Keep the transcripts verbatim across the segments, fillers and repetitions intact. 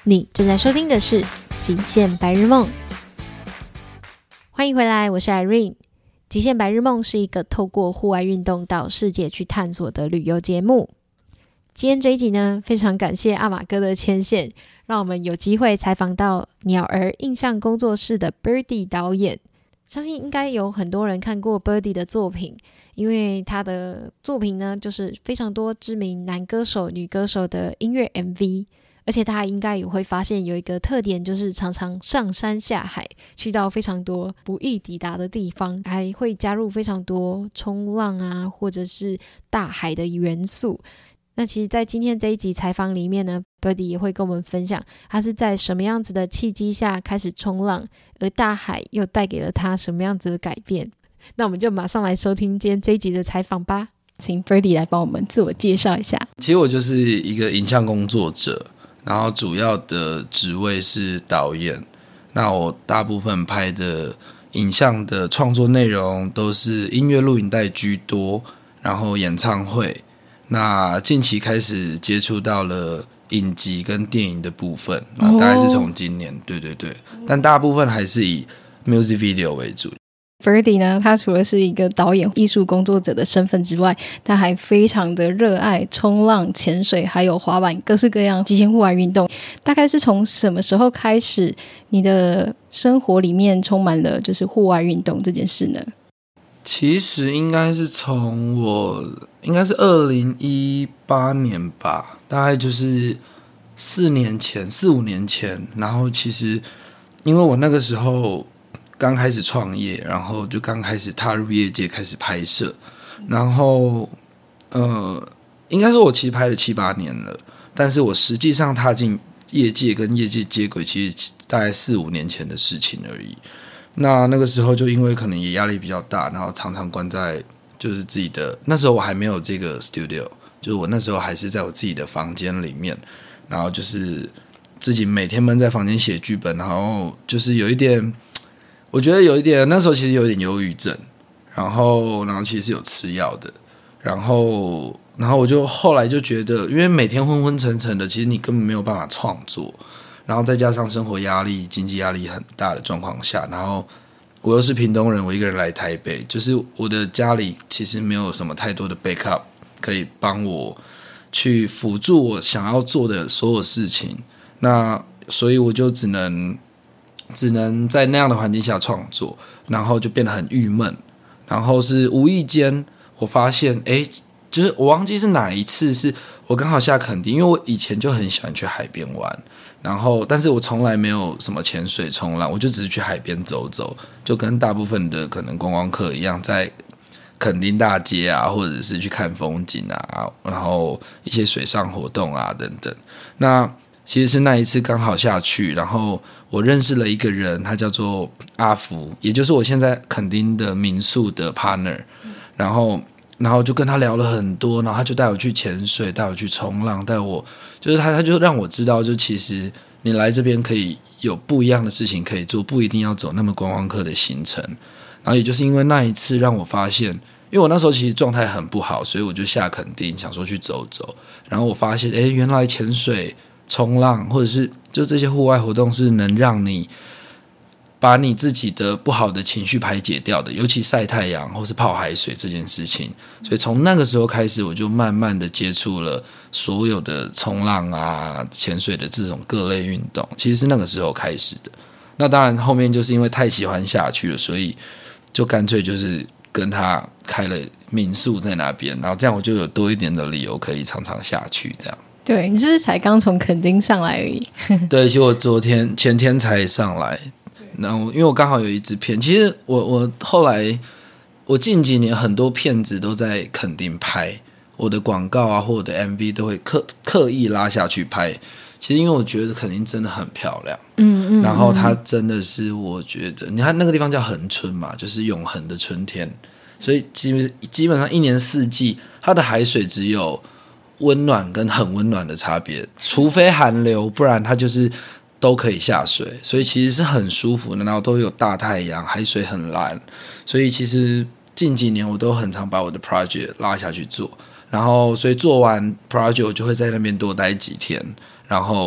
你正在收听的是《极限白日梦》，欢迎回来，我是 Irene。极限白日梦是一个透过户外运动到世界去探索的旅游节目。今天这一集呢，非常感谢阿马哥的牵线，让我们有机会采访到鸟儿印象工作室的 Birdy 导演。相信应该有很多人看过 Birdy 的作品，因为他的作品呢，就是非常多知名男歌手、女歌手的音乐 M V。而且大家应该也会发现有一个特点，就是常常上山下海，去到非常多不易抵达的地方，还会加入非常多冲浪啊，或者是大海的元素。那其实在今天这一集采访里面呢， Birdy 也会跟我们分享他是在什么样子的契机下开始冲浪，而大海又带给了他什么样子的改变。那我们就马上来收听今天这一集的采访吧。请 Birdy 来帮我们自我介绍一下。 其实我就是一个影像工作者，然后主要的职位是导演。那我大部分拍的影像的创作内容都是音乐录影带居多，然后演唱会。那近期开始接触到了影集跟电影的部分，那大概是从今年，对对对，但大部分还是以 music video 为主。 Birdy 呢，他除了是一个导演、艺术工作者的身份之外，他还非常的热爱冲浪、潜水，还有滑板，各式各样极限户外运动。大概是从什么时候开始，你的生活里面充满了就是户外运动这件事呢？ 其实应该是从我应该是二零一八年吧，大概就是四年前、四五年前。然后其实因为我那个时候刚开始创业，然后就刚开始踏入业界开始拍摄，然后呃，应该说我其实拍了七八年了，但是我实际上踏进业界跟业界接轨，其实大概四五年前的事情而已。那那个时候就因为可能也压力比较大，然后常常关在就是自己的，那时候我还没有这个 studio， 就是我那时候还是在我自己的房间里面，然后就是自己每天闷在房间写剧本，然后就是有一点，我觉得有一点，那时候其实有点忧郁症，然后然后其实是有吃药的，然后然后我就后来就觉得，因为每天昏昏沉沉的，其实你根本没有办法创作。然后再加上生活压力、经济压力很大的状况下，然后我又是屏东人，我一个人来台北，就是我的家里其实没有什么太多的 backup 可以帮我去辅助我想要做的所有事情，那所以我就只能只能在那样的环境下创作，然后就变得很郁闷，然后是无意间我发现，哎，就是我忘记是哪一次，是我刚好下垦丁，因为我以前就很喜欢去海边玩。然后但是我从来没有什么潜水冲浪，我就只是去海边走走，就跟大部分的可能观光客一样，在垦丁大街啊，或者是去看风景啊，然后一些水上活动啊等等。那其实是那一次刚好下去，然后我认识了一个人，他叫做阿福，也就是我现在垦丁的民宿的 partner， 然后然后就跟他聊了很多，然后他就带我去潜水，带我去冲浪，带我就是他他就让我知道，就其实你来这边可以有不一样的事情可以做，不一定要走那么观光客的行程。然后也就是因为那一次让我发现，因为我那时候其实状态很不好，所以我就下垦丁想说去走走，然后我发现，诶，原来潜水、冲浪或者是就这些户外活动是能让你把你自己的不好的情绪排解掉的，尤其晒太阳或是泡海水这件事情。所以从那个时候开始，我就慢慢的接触了所有的冲浪啊、潜水的这种各类运动，其实是那个时候开始的。那当然后面就是因为太喜欢下去了，所以就干脆就是跟他开了民宿在那边，然后这样我就有多一点的理由可以常常下去这样。 对，你是不是才刚从垦丁上来而已？ 对，其实我昨天前天才上来。然后因为我刚好有一支片，其实我我后来我近几年很多片子都在垦丁拍，我的广告啊或者的 M V 都会刻刻意拉下去拍。其实因为我觉得垦丁真的很漂亮，嗯 嗯, 嗯，然后它真的是我觉得，你看那个地方叫恒春嘛，就是永恒的春天，所以基基本上一年四季它的海水只有温暖跟很温暖的差别，除非寒流，不然它就是都可以下水，所以其实是很舒服的，然后都有大太阳，海水很蓝，所以其实近几年我都很常把我的 project 拉下去做，然后所以做完 project 我就会在那边多待几天，然后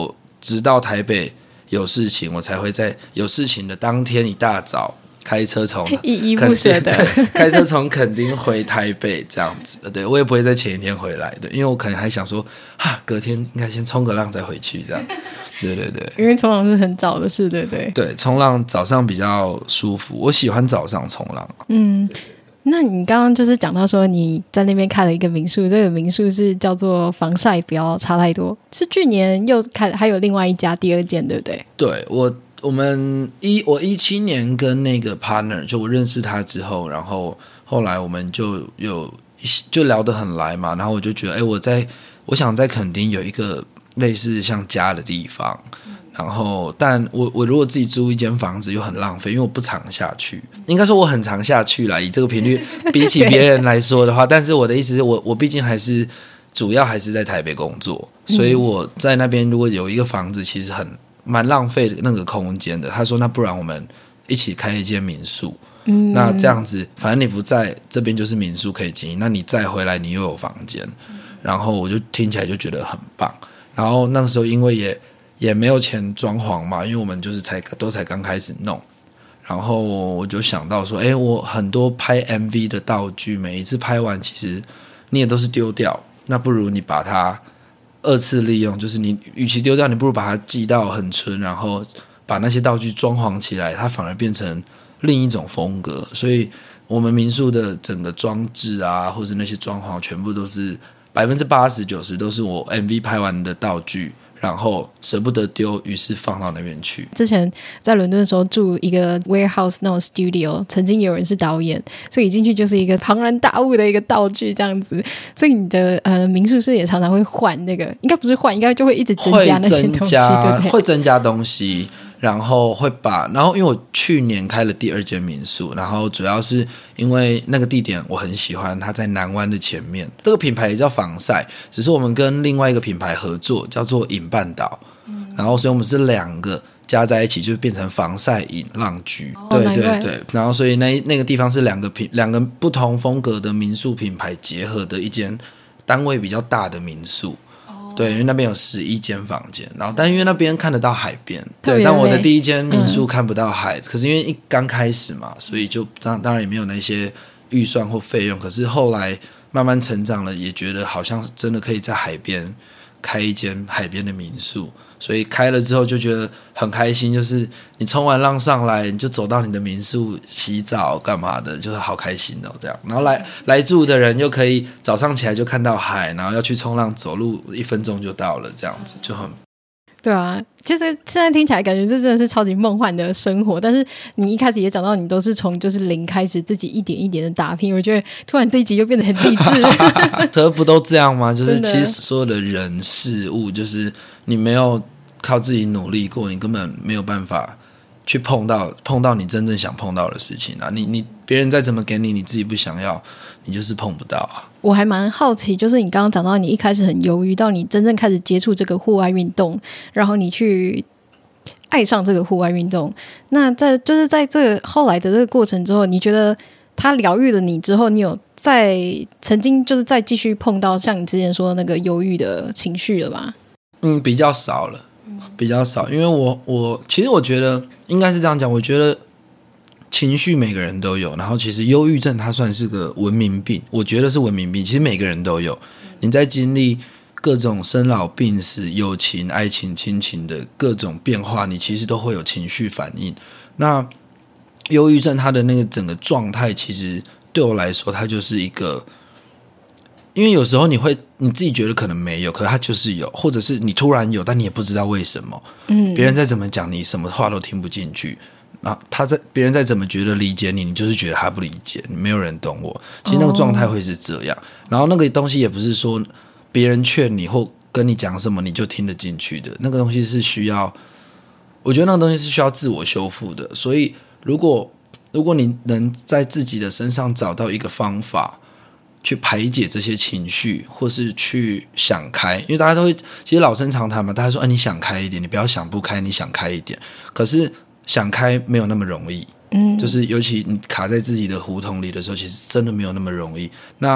直到台北有事情，我才会在有事情的当天一大早开车从依依不舍的开车从垦丁回台北这样子。对，我也不会在前一天回来的，因为我可能还想说哈，隔天应该先冲个浪再回去这样。对对对， 因为冲浪是很早的事，对不对？ 对，冲浪早上比较舒服，我喜欢早上冲浪。 嗯，那你刚刚就是讲到说你在那边开了一个民宿，这个民宿是叫做防晒不要差太多，是去年又开还有另外一家第二间，对不对？ 对，我我们一我一七年跟那个 partner 就我认识他之后，然后后来我们就有就聊得很来嘛，然后我就觉得哎，我在我想在垦丁有一个类似像家的地方，然后但我我如果自己租一间房子又很浪费，因为我不常下去，应该说我很常下去啦，以这个频率比起别人来说的话，但是我的意思是我我毕竟还是主要还是在台北工作，所以我在那边如果有一个房子其实很蛮浪费的那个空间的。他说那不然我们一起开一间民宿，嗯，那这样子反正你不在这边就是民宿可以经营，那你再回来你又有房间，然后我就听起来就觉得很棒。然后那个时候因为也也没有钱装潢嘛，因为我们就是才都才刚开始弄，然后我就想到说，哎，我很多拍 M V 的道具，每一次拍完其实你也都是丢掉，那不如你把它二次利用，就是你与其丢掉，你不如把它寄到恒春，然后把那些道具装潢起来，它反而变成另一种风格。所以我们民宿的整个装置啊，或是那些装潢，全部都是百分之八十九十都是我 M V 拍完的道具，然后舍不得丢，于是放到那边去。 之前在伦敦的时候住一个 warehouse 那种 studio， 曾经有人是导演，所以一进去就是一个庞然大物的一个道具这样子。所以你的呃民宿是也常常会换那个，应该不是换，应该就会一直增加那些东西，对不对？ 会增加东西，然后会把，然后因为我去年开了第二间民宿，然后主要是因为那个地点我很喜欢，它在南湾的前面，这个品牌也叫防晒，只是我们跟另外一个品牌合作，叫做饮半岛，嗯，然后所以我们是两个加在一起，就变成防晒饮浪居，哦，对对对，然后所以那那个地方是两个品两个不同风格的民宿品牌结合的一间单位比较大的民宿。对，因为那边有十一间房间，然后但因为那边看得到海边，对，但我的第一间民宿看不到海，嗯，可是因为一刚开始嘛，所以就当当然也没有那些预算或费用，可是后来慢慢成长了，也觉得好像真的可以在海边开一间海边的民宿，所以开了之后就觉得很开心，就是你冲完浪上来，你就走到你的民宿洗澡干嘛的，就是好开心哦，这样。然后来来住的人又可以早上起来就看到海，然后要去冲浪，走路一分钟就到了，这样子就很。 对啊，其实现在听起来感觉这真的是超级梦幻的生活，但是你一开始也讲到你都是从就是零开始，自己一点一点的打拼，我觉得突然这一集又变得很励志。 这不都这样吗？就是其实所有的人事物，就是你没有靠自己努力过，你根本没有办法去碰到碰到你真正想碰到的事情啊！你你别人再怎么给你，你自己不想要，你就是碰不到啊！ 我还蛮好奇，就是你刚刚讲到你一开始很犹豫，到你真正开始接触这个户外运动，然后你去爱上这个户外运动，那在就是在这个后来的这个过程之后，你觉得它疗愈了你之后，你有在曾经就是再继续碰到像你之前说的那个忧郁的情绪了吗？ 嗯，比较少了。比较少，因为我我其实我觉得应该是这样讲，我觉得情绪每个人都有，然后其实忧郁症它算是个文明病，我觉得是文明病，其实每个人都有。你在经历各种生老病死、友情、爱情、亲情的各种变化，你其实都会有情绪反应。那忧郁症它的那个整个状态，其实对我来说，它就是一个。因为有时候你会你自己觉得可能没有，可是它就是有，或者是你突然有，但你也不知道为什么。嗯，别人再怎么讲你，什么话都听不进去。然后他在别人再怎么觉得理解你，你就是觉得他不理解，没有人懂我。其实那个状态会是这样。哦，然后那个东西也不是说别人劝你或跟你讲什么你就听得进去的，那个东西是需要，我觉得那个东西是需要自我修复的。所以如果如果你能在自己的身上找到一个方法。去排解这些情绪，或是去想开，因为大家都会，其实老生常谈嘛，大家说，啊，你想开一点，你不要想不开，你想开一点。可是想开没有那么容易，嗯，就是尤其你卡在自己的胡同里的时候，其实真的没有那么容易。那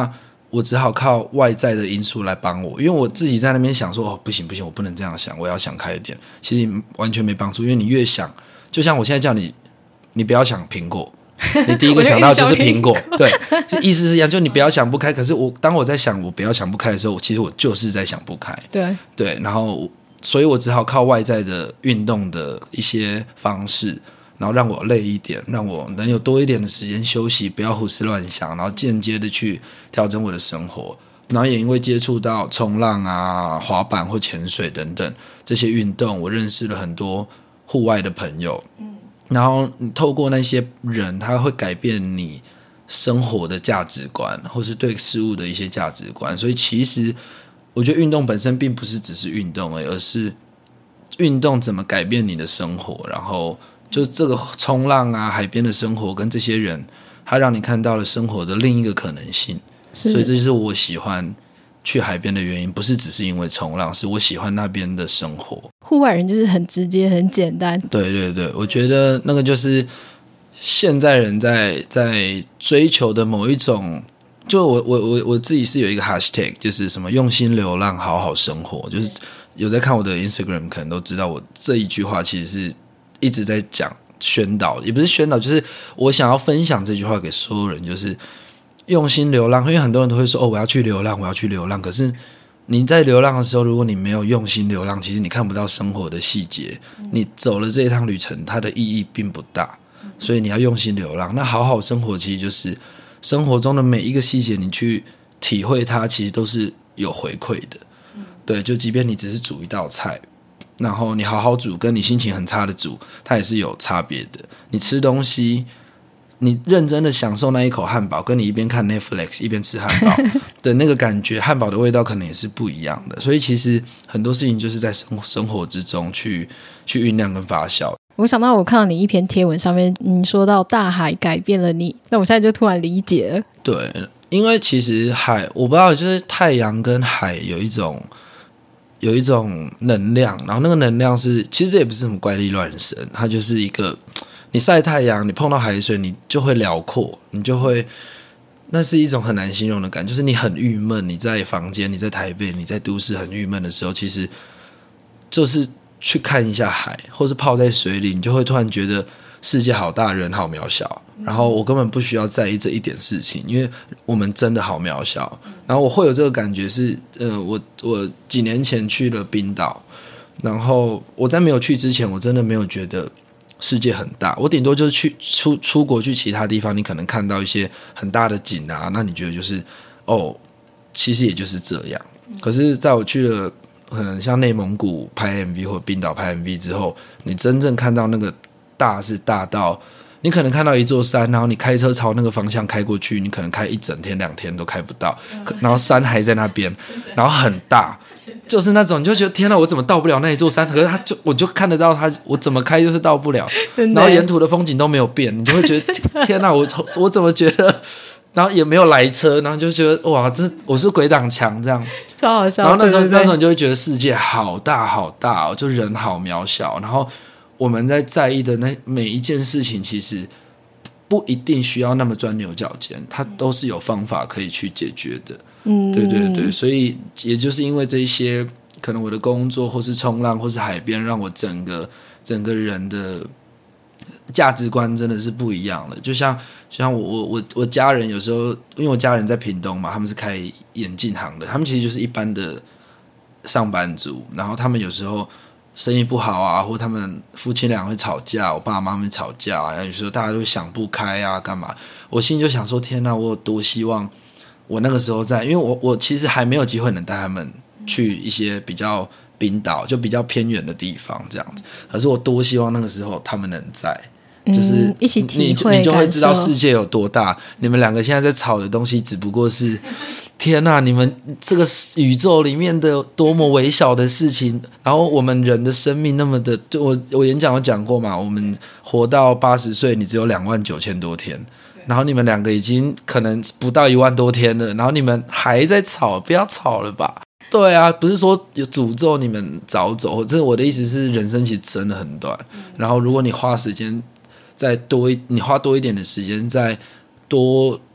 我只好靠外在的因素来帮我，因为我自己在那边想说哦不行不行，我不能这样想，我要想开一点，其实完全没帮助，因为你越想，就像我现在叫你你不要想苹果，你第一个想到就是苹果对，意思是一样，就你不要想不开，可是我当我在想我不要想不开的时候，其实我就是在想不开， 对对，然后所以我只好靠外在的运动的一些方式，然后让我累一点，让我能有多一点的时间休息，不要胡思乱想，然后间接的去调整我的生活。然后也因为接触到冲浪啊、滑板或潜水等等这些运动，我认识了很多户外的朋友。嗯，然后你透过那些人，他会改变你生活的价值观，或是对事物的一些价值观。所以其实我觉得运动本身并不是只是运动而已，而是运动怎么改变你的生活，然后就这个冲浪啊、海边的生活跟这些人，他让你看到了生活的另一个可能性。所以这就是我喜欢去海边的原因，不是只是因为冲浪，是我喜欢那边的生活。 户外人就是很直接很简单。 对对对，我觉得那个就是现在人在在追求的某一种，就我我我我自己是有一个 hashtag， 就是什么用心流浪好好生活，就是有在看我的 Instagram 可能都知道，我这一句话其实是一直在讲宣导，也不是宣导，就是我想要分享这句话给所有人，就是用心流浪。因为很多人都会说哦，我要去流浪，我要去流浪，可是你在流浪的时候，如果你没有用心流浪，其实你看不到生活的细节，你走了这一趟旅程，它的意义并不大，所以你要用心流浪。那好好生活其实就是生活中的每一个细节，你去体会它，其实都是有回馈的。对，就即便你只是煮一道菜，然后你好好煮跟你心情很差的煮，它也是有差别的。你吃东西，你认真的享受那一口汉堡，跟你一边看 Netflix 一边吃汉堡的那个感觉，汉堡的味道可能也是不一样的。所以其实很多事情就是在生生活之中去去酝酿跟发酵。 我想到我看到你一篇贴文上面，你说到大海改变了你，那我现在就突然理解了。 对，因为其实海，我不知道，就是太阳跟海有一种有一种能量，然后那个能量是，其实也不是什么怪力乱神，它就是一个，你晒太阳，你碰到海水，你就会辽阔，你就会，那是一种很难形容的感觉，就是你很郁闷，你在房间，你在台北，你在都市很郁闷的时候，其实就是去看一下海，或是泡在水里，你就会突然觉得世界好大，人好渺小，然后我根本不需要在意这一点事情，因为我们真的好渺小。然后我会有这个感觉是，呃，我我几年前去了冰岛，然后我在没有去之前，我真的没有觉得世界很大，我顶多就是去出出国去其他地方，你可能看到一些很大的景啊，那你觉得就是哦，其实也就是这样。可是在我去了可能像内蒙古拍 M V 或冰岛拍 M V 之后，你真正看到那个大是大到你可能看到一座山，然后你开车朝那个方向开过去，你可能开一整天两天都开不到，然后山还在那边，然后很大，就是那种你就觉得天哪，我怎么到不了那一座山？可是它就我就看得到它，我怎么开就是到不了，然后沿途的风景都没有变，你就会觉得天哪，我我怎么觉得？然后也没有来车，然后就觉得哇，这我是鬼挡墙这样， 超好笑。 然后那时候对对对那时候你就会觉得世界好大好大哦，就人好渺小，然后我们在在意的那每一件事情，其实不一定需要那么钻牛角尖，它都是有方法可以去解决的。嗯，对对对，所以也就是因为这一些，可能我的工作或是冲浪或是海边，让我整个整个人的价值观真的是不一样了。就像就像我我我我家人有时候，因为我家人在屏东嘛，他们是开眼镜行的，他们其实就是一般的上班族，然后他们有时候生意不好啊，或他们夫妻俩会吵架，我爸妈会吵架啊，有时候大家都想不开啊，干嘛？我心里就想说，天哪，我有多希望我那个时候在，因为我我其实还没有机会能带他们去一些比较冰岛就比较偏远的地方这样子，可是我多希望那个时候他们能在。就是嗯、一起体会， 你就会知道世界有多大。你们两个现在在吵的东西，只不过是天哪！你们这个宇宙里面的多么微小的事情，然后我们人的生命那么的，就我我演讲有讲过嘛，我们活到八十岁，你只有两万九千多天，然后你们两个已经可能不到一万多天了，然后你们还在吵，不要吵了吧？对啊，不是说有诅咒你们早走，这我的意思是，人生其实真的很短。然后如果你花时间再多一，你花多一点的时间，再多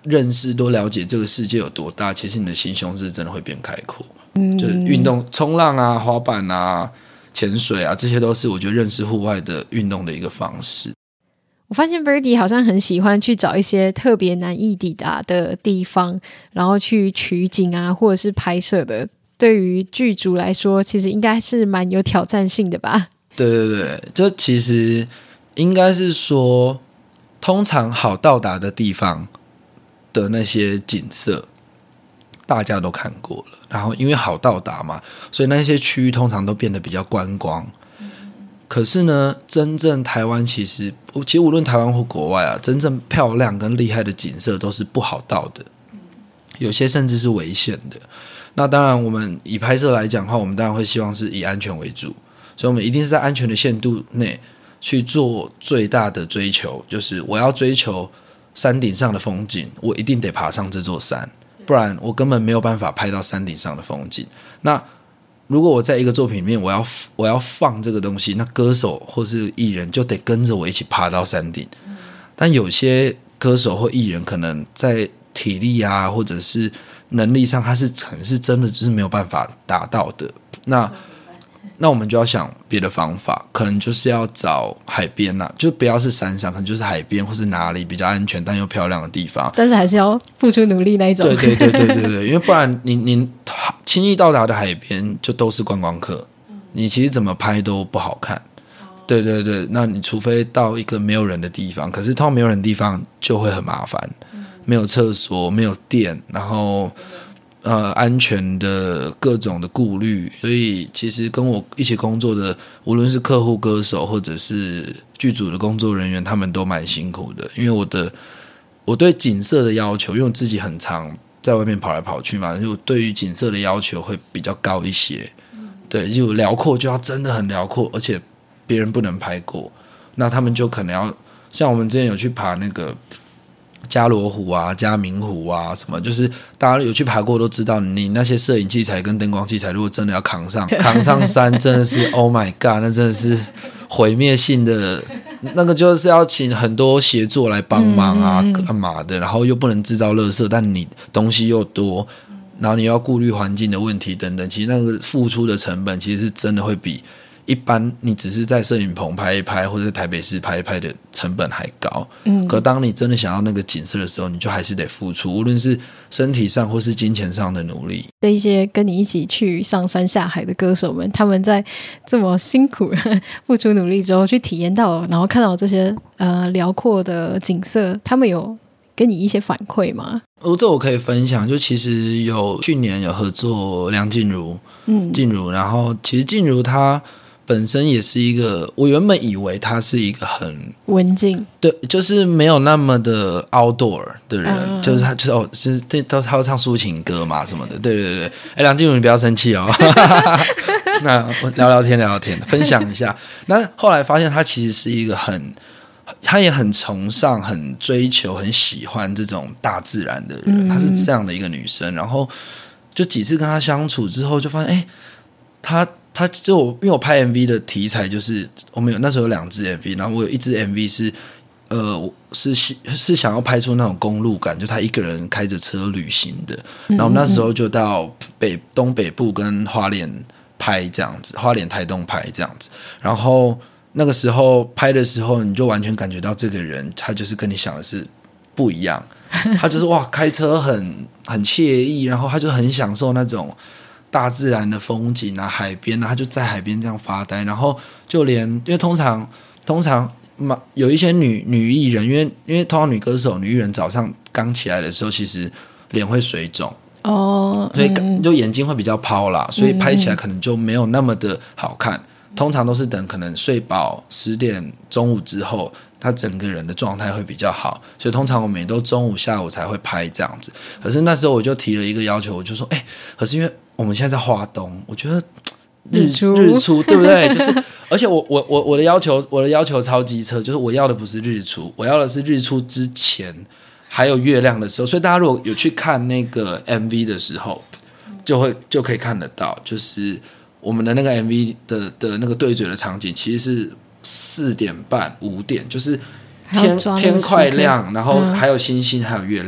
认识多了解这个世界有多大，其实你的心胸是真的会变开阔。嗯，就是运动冲浪啊滑板啊潜水啊，这些都是我觉得认识户外的运动的一个方式。 我发现 Birdy 好像很喜欢去找一些特别难以抵达的地方，然后去取景啊或者是拍摄的，对于剧组来说其实应该是蛮有挑战性的吧。对对对，就其实应该是说通常好到达的地方的那些景色大家都看过了，然后因为好到达嘛，所以那些区域通常都变得比较观光。可是呢，真正台湾其实其实无论台湾或国外啊，真正漂亮跟厉害的景色都是不好到的，有些甚至是危险的。那当然我们以拍摄来讲的话，我们当然会希望是以安全为主，所以我们一定是在安全的限度内去做最大的追求，就是我要追求山顶上的风景，我一定得爬上这座山，不然我根本没有办法拍到山顶上的风景。那如果我在一个作品里面我要我要放这个东西，那歌手或是艺人就得跟着我一起爬到山顶。但有些歌手或艺人可能在体力啊或者是能力上他是可能是真的就是没有办法达到的，那那我们就要想别的方法，可能就是要找海边啦，就不要是山上，可能就是海边或是哪里比较安全但又漂亮的地方， 但是还是要付出努力那一种。 对对对对对对，因为不然你你轻易到达的海边就都是观光客，你其实怎么拍都不好看。对对对，那你除非到一个没有人的地方，可是通常没有人的地方就会很麻烦，没有厕所，没有电，然后呃，安全的各种的顾虑，所以其实跟我一起工作的，无论是客户、歌手或者是剧组的工作人员，他们都蛮辛苦的。因为我的我对景色的要求，因为我自己很常在外面跑来跑去嘛，就我对于景色的要求会比较高一些。对，就辽阔就要真的很辽阔，而且别人不能拍过，那他们就可能要像我们之前有去爬那个嘉罗湖啊、嘉明湖啊什么，就是大家有去爬过都知道，你那些摄影器材跟灯光器材如果真的要扛上扛上山，真的是 Oh my God， 那真的是毁灭性的，那个就是要请很多协作来帮忙啊干嘛的，然后又不能制造垃圾，但你东西又多，然后你又要顾虑环境的问题等等，其实那个付出的成本其实是真的会比一般你只是在摄影棚拍一拍或者在台北市拍一拍的成本还高。嗯，可当你真的想要那个景色的时候，你就还是得付出，无论是身体上或是金钱上的努力。 这一些跟你一起去上山下海的歌手们，他们在这么辛苦付出努力之后去体验到，然后看到这些呃辽阔的景色，他们有给你一些反馈吗？ 哦，这我可以分享，就其实有去年有合作梁静茹，嗯，静茹，然后其实静茹她本身也是一个，我原本以为他是一个很文静， 对，就是没有那么的 outdoor 的人，嗯、就是他就是哦，就是他他会唱抒情歌嘛什么的，对对对。哎，梁静茹你不要生气哦，那我聊聊天聊聊天，分享一下。那后来发现他其实是一个很，他也很崇尚、很追求、很喜欢这种大自然的人，她、嗯、是这样的一个女生。然后就几次跟她相处之后，就发现哎，她。他就我因为我拍 M V 的题材就是我们有那时候有两支 M V， 然后我有一支 M V 是呃是是想要拍出那种公路感，就他一个人开着车旅行的，然后我们那时候就到北东北部跟花莲拍这样子，花莲台东拍这样子，然后那个时候拍的时候，你就完全感觉到这个人他就是跟你想的是不一样，他就是哇开车很很惬意，然后他就很享受那种大自然的风景啊，海边啊，他就在海边这样发呆，然后就连因为通常通常有一些女女艺人，因为因为通常女歌手、女艺人早上刚起来的时候，其实脸会水肿哦，所以就眼睛会比较泡啦，所以拍起来可能就没有那么的好看。通常都是等可能睡饱十点中午之后，他整个人的状态会比较好，所以通常我们也都中午下午才会拍这样子。可是那时候我就提了一个要求，我就说，哎、欸，可是因为我们现在在花东，我觉得日日出, 日出对不对？就是，而且我我我我的要求，我的要求超机车，就是我要的不是日出，我要的是日出之前还有月亮的时候。所以大家如果有去看那个 M V 的时候，就会就可以看得到，就是我们的那个 M V 的的那个对嘴的场景，其实是四点半五点，就是天天快亮，然后还有星星，还有月亮。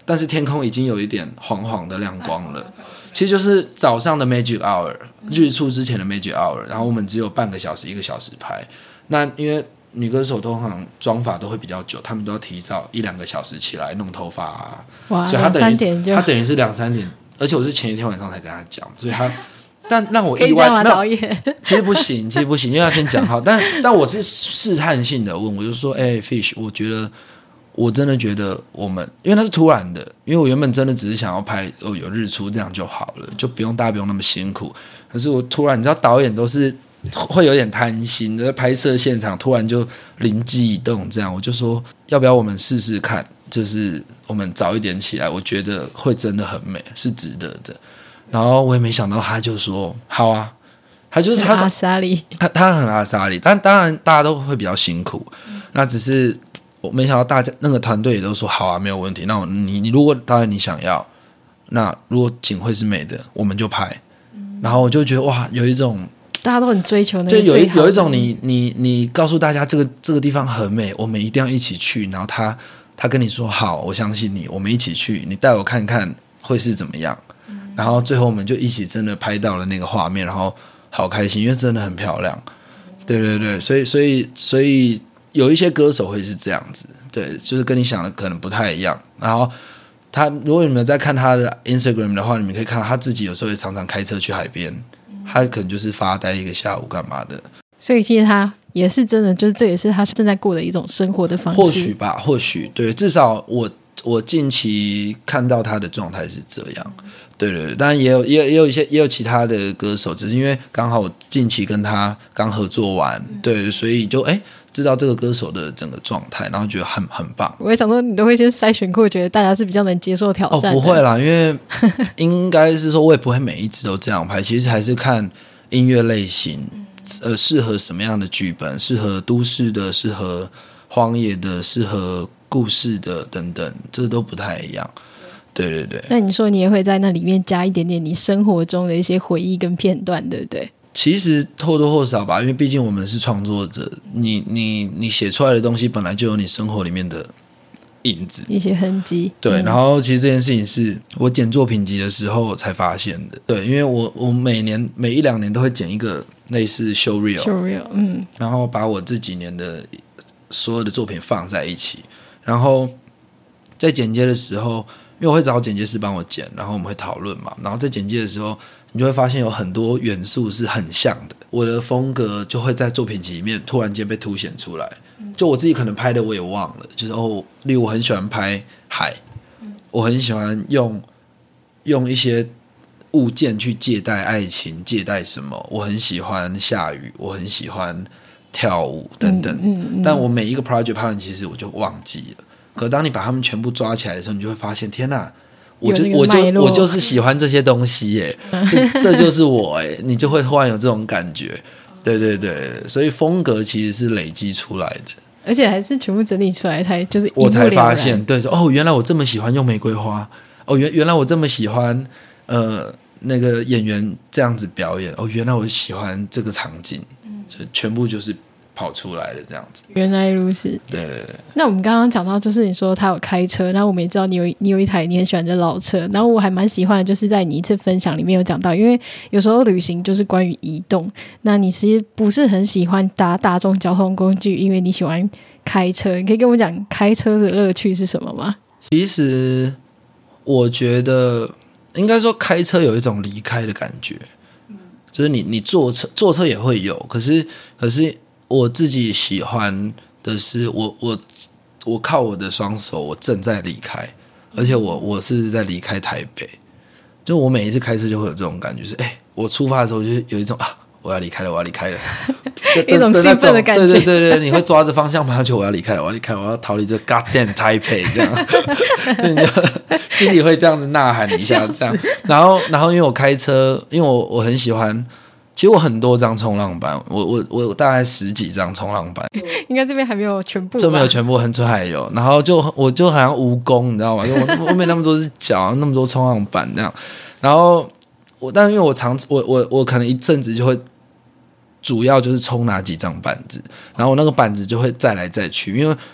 但是天空已经有一点黄黄的亮光了。其实就是早上的 magic hour， 日出之前的 magic hour， 然后我们只有半个小时一个小时拍。那因为女歌手通常妆发都会比较久，她们都要提早一两个小时起来弄头发啊， 哇， 所以她等于她等于是两三点，而且我是前一天晚上才跟她讲，所以她但让我意外， 可以这样吗导演？ 其实不行，其实不行，因为要先讲好。但但我是试探性的问，我就说，哎、欸、，Fish， 我觉得。我真的觉得我们，因为它是突然的，因为我原本真的只是想要拍哦有日出这样就好了，就不用大家不用那么辛苦。可是我突然，你知道导演都是会有点贪心，在拍摄现场突然就灵机一动，这样我就说要不要我们试试看，就是我们早一点起来，我觉得会真的很美，是值得的。然后我也没想到他就说好啊，他就是他阿莎莉， 他他很阿莎莉，但当然大家都会比较辛苦，那只是。我没想到大家那个团队也都说好啊，没有问题。那我你你如果当然你想要，那如果景会是美的，我们就拍。嗯、然后我就觉得哇，有一种大家都很追求那个就有一有一种你你你告诉大家这个这个地方很美，我们一定要一起去。然后他他跟你说好，我相信你，我们一起去，你带我看看会是怎么样。嗯、然后最后我们就一起真的拍到了那个画面，然后好开心，因为真的很漂亮。对对对，所以所以所以。有一些歌手会是这样子，对，就是跟你想的可能不太一样。然后他，如果你们在看他的 Instagram 的话，你们可以看到他自己有时候也常常开车去海边，他可能就是发呆一个下午干嘛的。 所以其实他也是真的，就是这也是他正在过的一种生活的方式。 或许吧，或许对，至少我我近期看到他的状态是这样。对对对，当然也有也有也有一些也有其他的歌手，只是因为刚好我近期跟他刚合作完，对，所以就哎。知道这个歌手的整个状态，然后觉得很很棒。 我也想说，你都会先筛选过，觉得大家是比较能接受挑战的。 哦，不会啦，因为应该是说，我也不会每一支都这样拍。其实还是看音乐类型，呃，适合什么样的剧本，适合都市的，适合荒野的，适合故事的等等，这都不太一样。对对对。 那你说你也会在那里面加一点点你生活中的一些回忆跟片段，对不对？ 其实或多或少吧，因为毕竟我们是创作者，你你你写出来的东西本来就有你生活里面的影子， 一些痕迹。 对， 嗯、 然后其实这件事情是我剪作品集的时候才发现的。对，因为我我每年每一两年都会剪一个类似 show reel，show reel， 嗯， 然后把我这几年的所有的作品放在一起，然后在剪接的时候，因为我会找剪接师帮我剪，然后我们会讨论嘛，然后在剪接的时候。你就会发现有很多元素是很像的，我的风格就会在作品集里面突然间被凸显出来。就我自己可能拍的我也忘了，就是哦，例如我很喜欢拍海，我很喜欢用用一些物件去借代爱情，借代什么？我很喜欢下雨，我很喜欢跳舞等等。嗯嗯嗯、但我每一个 project 拍完，其实我就忘记了。可当你把它们全部抓起来的时候，你就会发现，天哪！我就我就我就是喜欢这些东西耶，这这就是我耶，你就会忽然有这种感觉，对对对，所以风格其实是累积出来的， 而且还是全部整理出来才就是我才发现，对，哦，原来我这么喜欢用玫瑰花，哦，原原来我这么喜欢呃那个演员这样子表演，哦，原来我喜欢这个场景，就全部就是跑出来了这样子。 原来如此。 对对对。 那我们刚刚讲到就是你说他有开车，然后我们也知道你有你有一台你很喜欢的老车，然后我还蛮喜欢的就是在你一次分享里面有讲到，因为有时候旅行就是关于移动，那你其实不是很喜欢搭大众交通工具，因为你喜欢开车，你可以跟我讲开车的乐趣是什么吗？ 其实我觉得应该说开车有一种离开的感觉，就是你你坐车坐车也会有，可是可是我自己喜欢的是我我我靠我的双手，我正在离开，而且我我是在离开台北，就我每一次开车就会有这种感觉，是哎、欸，我出发的时候就有一种啊，我要离开了，我要离开了， 一种兴奋的感觉， 对对对对，你会抓着方向盘，就我要离开了，我要离开了，我要逃离这 goddamn Taipei 这样，对，你就心里会这样子呐喊一下，这样，然后然后因为我开车，因为我我很喜欢。其实我很多张冲浪板，我我我大概十几张冲浪板， 应该这边还没有全部吧， 这没有全部，横村还有，然后就我就好像蜈蚣，你知道吗？因为我后面那么多只脚，那么多冲浪板这样，然后我，但因为我常我我我可能一阵子就会，主要就是冲哪几张板子，然后我那个板子就会再来再去，因为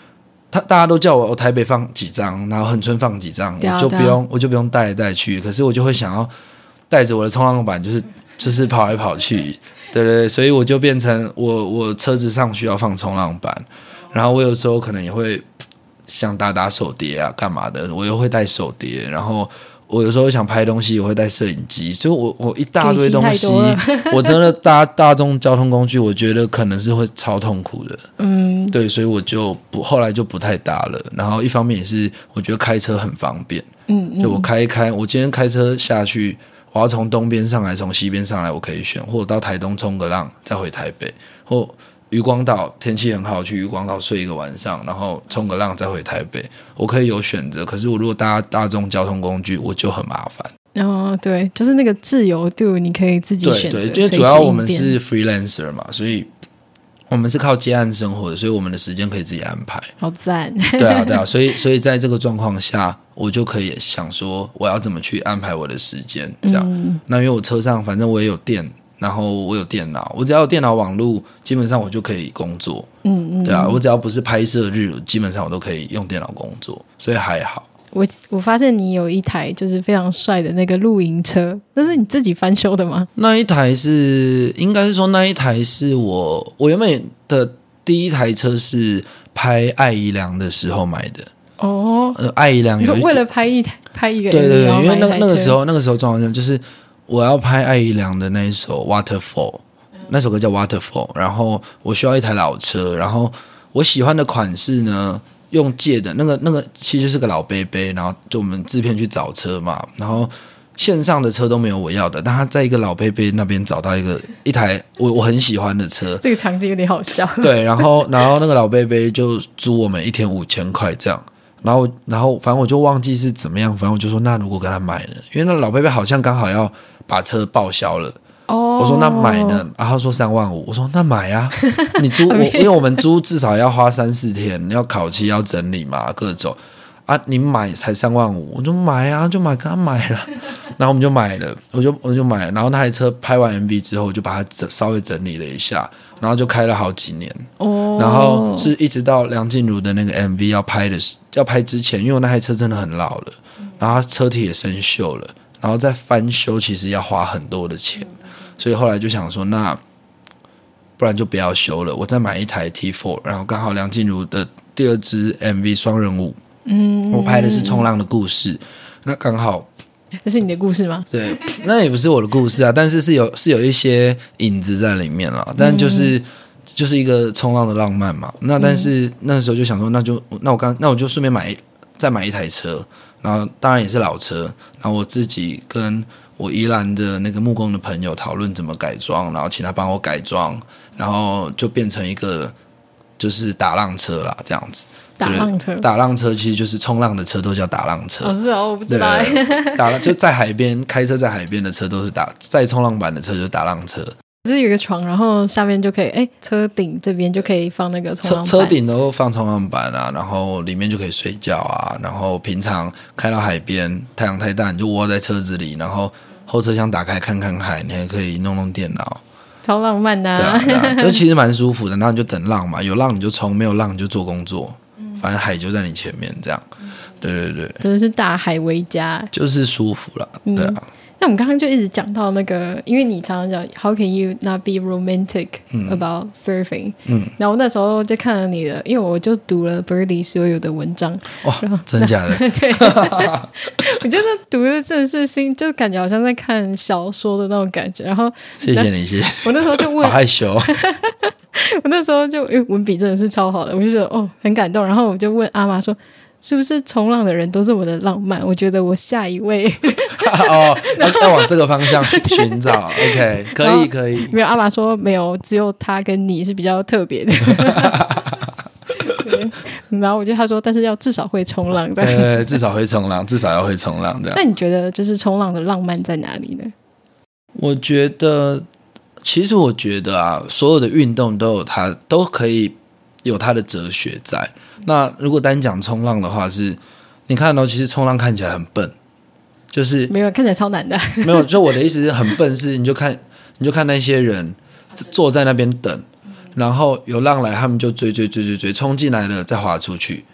他大家都叫我，我台北放几张，然后恒春放几张，我就不用我就不用带来带去，可是我就会想要带着我的冲浪板，就是就是跑来跑去，对对对，所以我就变成我我车子上需要放冲浪板，然后我有时候可能也会想打打手碟啊干嘛的，我又会带手碟，然后我有时候想拍东西，我会带摄影机，所以我我一大堆东西，我真的搭大众交通工具，我觉得可能是会超痛苦的，嗯，对，所以我就不后来就不太搭了。然后一方面也是我觉得开车很方便，嗯嗯，就我开一开，我今天开车下去，我要从东边上来，从西边上来，我可以选，或者到台东冲个浪再回台北，或渔光岛天气很好，去渔光岛睡一个晚上，然后冲个浪再回台北，我可以有选择。可是我如果搭大众交通工具，我就很麻烦。 哦，对，就是那个自由度，你可以自己选择。 对对，因为主要我们是 freelancer 嘛，所以我们是靠接案生活的，所以我们的时间可以自己安排。 好赞！ 对啊，对啊，所以所以在这个状况下，我就可以想说，我要怎么去安排我的时间，这样。嗯、那因为我车上反正我也有电。然后我有电脑，我只要有电脑网路，基本上我就可以工作。嗯嗯，对啊，我只要不是拍摄日，基本上我都可以用电脑工作，所以还好。 我我发现你有一台就是非常帅的那个露营车，那是你自己翻修的吗？ 那一台是，应该是说那一台是我我原本的第一台车是拍艾怡良的时候买的。哦，呃，艾怡良有为了拍一台拍一个， 对对对，因为那那个时候那个时候状况下就是。我要拍艾怡良的那一首 Waterfall， 那首歌叫 Waterfall， 然后我需要一台老车，然后我喜欢的款式呢，用借的那个那个其实就是个老杯杯，然后就我们制片去找车嘛，然后线上的车都没有我要的，但他在一个老杯杯那边找到一个一台我我很喜欢的车， 这个场景有点好笑。 对，然后然后那个老杯杯就租我们一天五千块这样。然后，然后，反正我就忘记是怎么样，反正我就说，那如果跟他买了，因为那老贝贝好像刚好要把车报销了，哦，我说那买呢？然后他说三万五，我说那买啊，你租我，因为我们租至少要花三四天，要烤漆，要整理嘛，各种啊，你买才三万五，我就买啊，就买，跟他买了，然后我们就买了，我就我就买了，然后那台车拍完 M V 之后，我就把它整稍微整理了一下。然后就开了好几年，哦，然后是一直到梁静茹的那个 M V 要拍的要拍之前，因为我那台车真的很老了，然后它车体也生锈了，然后再翻修其实要花很多的钱，所以后来就想说，那不然就不要修了，我再买一台 T 四， 然后刚好梁静茹的第二支 M V 双人舞，嗯，我拍的是冲浪的故事，那刚好。 这是你的故事吗？ 对，那也不是我的故事啊，但是是有是有一些影子在里面啦，但就是、嗯、就是一个冲浪的浪漫嘛。那但是那时候就想说，那就那我刚那我就顺便买再买一台车，然后当然也是老车，然后我自己跟我宜兰的那个木工的朋友讨论怎么改装，然后请他帮我改装，然后就变成一个就是打浪车啦，这样子。 打浪车， 打浪车其实就是冲浪的车都叫打浪车。 哦，是哦，我不知道。 打浪就在海边开车，在海边的车都是打，在冲浪板的车就是打浪车。 就是有一个床，然后下面就可以，哎，车顶这边就可以放那个冲浪板。 车车顶都放冲浪板啊，然后里面就可以睡觉啊。然后平常开到海边，太阳太大，你就窝在车子里，然后后车厢打开看看海，你还可以弄弄电脑。 超浪漫的、啊。 对啊，对啊，就其实蛮舒服的。然后你就等浪嘛，有浪你就冲，没有浪你就做工作。反正海就在你前面，这样，对对对， 真的是大海为家， 就是舒服啦，对啊。 嗯、那我们刚刚就一直讲到那个，因为你常常讲 How can you not be romantic about surfing？ 嗯，然后那时候就看了你的，因为我就读了 Birdy 所有的文章， 哇，真的假的？ 对，我觉得读的真的是心，就感觉好像在看小说的那种感觉。然后， 谢谢你，谢谢。 我那时候就问， 好害羞。 我那时候就因为文笔真的是超好的，我就觉得哦很感动，然后我就问阿妈说，是不是冲浪的人都这么的浪漫？我觉得我下一位哦要, 要往这个方向寻找，OK， 可以可以。 没有，阿妈说没有，只有他跟你是比较特别的。然后我就他说，但是要至少会冲浪， 对对对，至少会冲浪，至少要会冲浪这样。 那你觉得就是冲浪的浪漫在哪里呢？ 我觉得。其实我觉得啊，所有的运动都有它，都可以有它的哲学在。那如果单讲冲浪的话是，你看到、哦、其实冲浪看起来很笨，就是没有看起来超难的。 没有，就我的意思是很笨，是你就看你就看那些人坐在那边等，然后有浪来，他们就追追追追追，冲进来了再滑出去，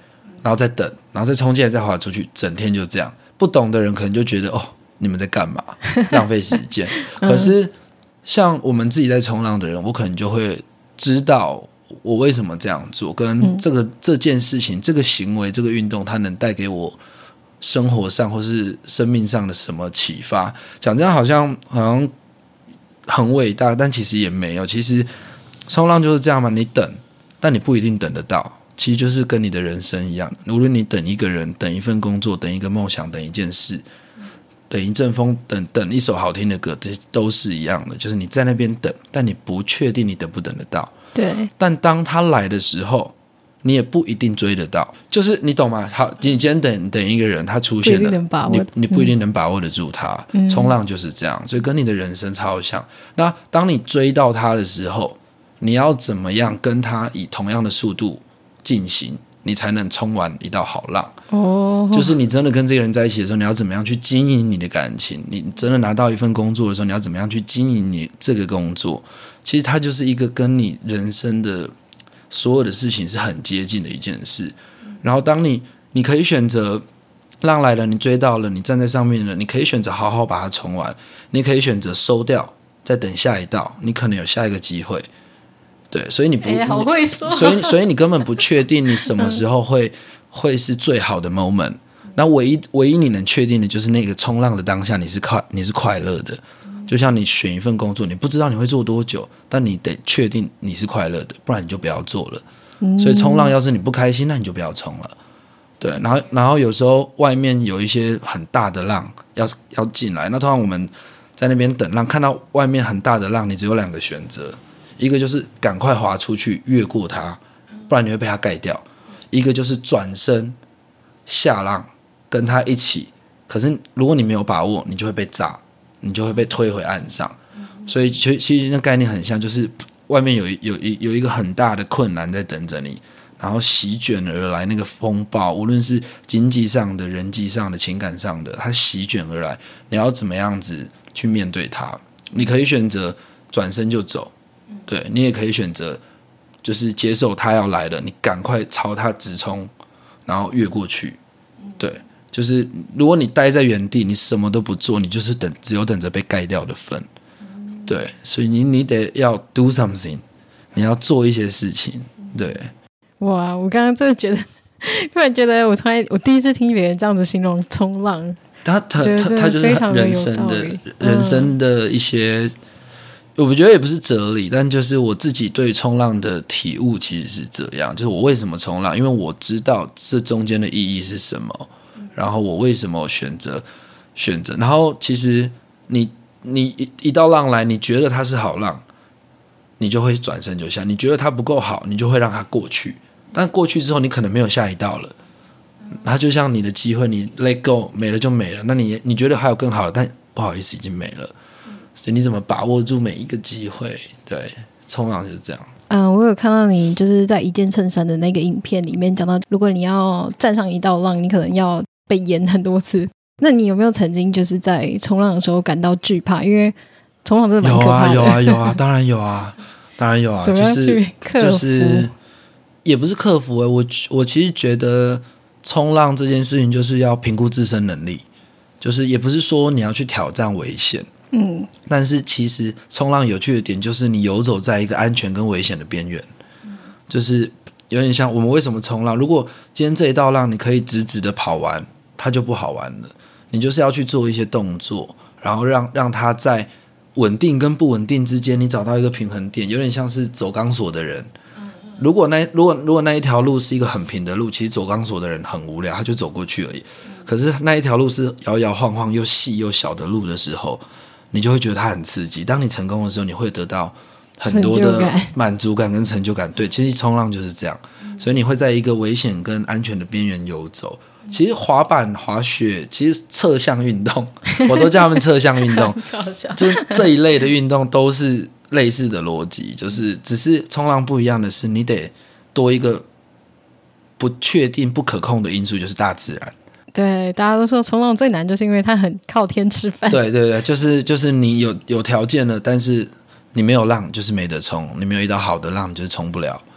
然后再等，然后再冲进来再滑出去，整天就这样。不懂的人可能就觉得哦，你们在干嘛，浪费时间。可是像我们自己在冲浪的人，我可能就会知道我为什么这样做，跟这个、嗯、这件事情、这个行为、这个运动，它能带给我生活上或是生命上的什么启发。讲这样好像好像很伟大，但其实也没有。其实冲浪就是这样嘛，你等，但你不一定等得到。其实就是跟你的人生一样，无论你等一个人、等一份工作、等一个梦想、等一件事、等一阵风、等等一首好听的歌，这都是一样的。就是你在那边等，但你不确定你等不等得到。 对。 但当他来的时候，你也不一定追得到。就是你懂吗？好，你今天等等一个人，他出现了，你你不一定能把握得住他。嗯、冲浪就是这样，所以跟你的人生超像。那当你追到他的时候，你要怎么样跟他以同样的速度进行，你才能冲完一道好浪。哦，就是你真的跟这个人在一起的时候，你要怎么样去经营你的感情，你真的拿到一份工作的时候，你要怎么样去经营你这个工作。其实它就是一个跟你人生的所有的事情是很接近的一件事。然后当你你可以选择浪来了，你追到了，你站在上面了，你可以选择好好把它冲完，你可以选择收掉，再等下一道，你可能有下一个机会。对，所以你不， 欸、好会说， 所以所以你根本不确定你什么时候会会是最好的 moment。那唯一唯一你能确定的就是那个冲浪的当下，你是快你是快乐的。就像你选一份工作，你不知道你会做多久，但你得确定你是快乐的，不然你就不要做了。嗯、所以冲浪要是你不开心，那你就不要冲了。对，然后然后有时候外面有一些很大的浪要要进来，那通常我们在那边等浪，看到外面很大的浪，你只有两个选择。一个就是赶快滑出去越过它，不然你会被它盖掉。一个就是转身下浪跟它一起，可是如果你没有把握，你就会被炸，你就会被推回岸上。所以其实那概念很像，就是外面有有有一个很大的困难在等着你，然后席卷而来那个风暴，无论是经济上的、人际上的、情感上的，它席卷而来，你要怎么样子去面对它？你可以选择转身就走。对，你也可以选择就是接受他要来了，你赶快朝他直冲，然后越过去。对，就是如果你待在原地，你什么都不做，你就是等只有等着被盖掉的份。对，所以你你得要 do something， 你要做一些事情。对， 哇，我刚刚真的觉得，突然觉得我从来我第一次听别人这样子形容冲浪， 他他他他就是人生的人生的一些。我觉得也不是哲理，但就是我自己对冲浪的体悟其实是这样，就是我为什么冲浪，因为我知道这中间的意义是什么，然后我为什么选择选择，然后其实你你 一, 一道浪来，你觉得它是好浪，你就会转身就下，你觉得它不够好，你就会让它过去，但过去之后你可能没有下一道了，它就像你的机会，你 let go 没了就没了，那你你觉得还有更好的，但不好意思已经没了。所以你怎么把握住每一个机会？对，冲浪就是这样。 嗯，我有看到你就是在一件衬衫的那个影片里面讲到，如果你要站上一道浪，你可能要被淹很多次。那你有没有曾经就是在冲浪的时候感到惧怕？因为冲浪真的蛮可怕的。 有啊，有啊，有啊，当然有啊，当然有啊。 怎么样去克服？ 就是也不是克服、欸、我我其实觉得冲浪这件事情就是要评估自身能力，就是也不是说你要去挑战危险。嗯，但是其实冲浪有趣的点就是你游走在一个安全跟危险的边缘，就是有点像我们为什么冲浪，如果今天这一道浪你可以直直的跑完，它就不好玩了，你就是要去做一些动作，然后让让它在稳定跟不稳定之间你找到一个平衡点，有点像是走钢索的人，如果那如果如果那一条路是一个很平的路，其实走钢索的人很无聊，他就走过去而已，可是那一条路是摇摇晃晃又细又小的路的时候，你就会觉得它很刺激，当你成功的时候，你会得到很多的满足感跟成就感。对，其实冲浪就是这样，所以你会在一个危险跟安全的边缘游走。其实滑板、滑雪，其实侧向运动，我都叫他们侧向运动，就这一类的运动都是类似的逻辑，就是只是冲浪不一样的是，你得多一个不确定、不可控的因素，就是大自然。 对，大家都说冲浪最难，就是因为它很靠天吃饭。 对对对，就是就是你有有条件了，但是你没有浪，就是没得冲；你没有一道好的浪，你就是冲不了。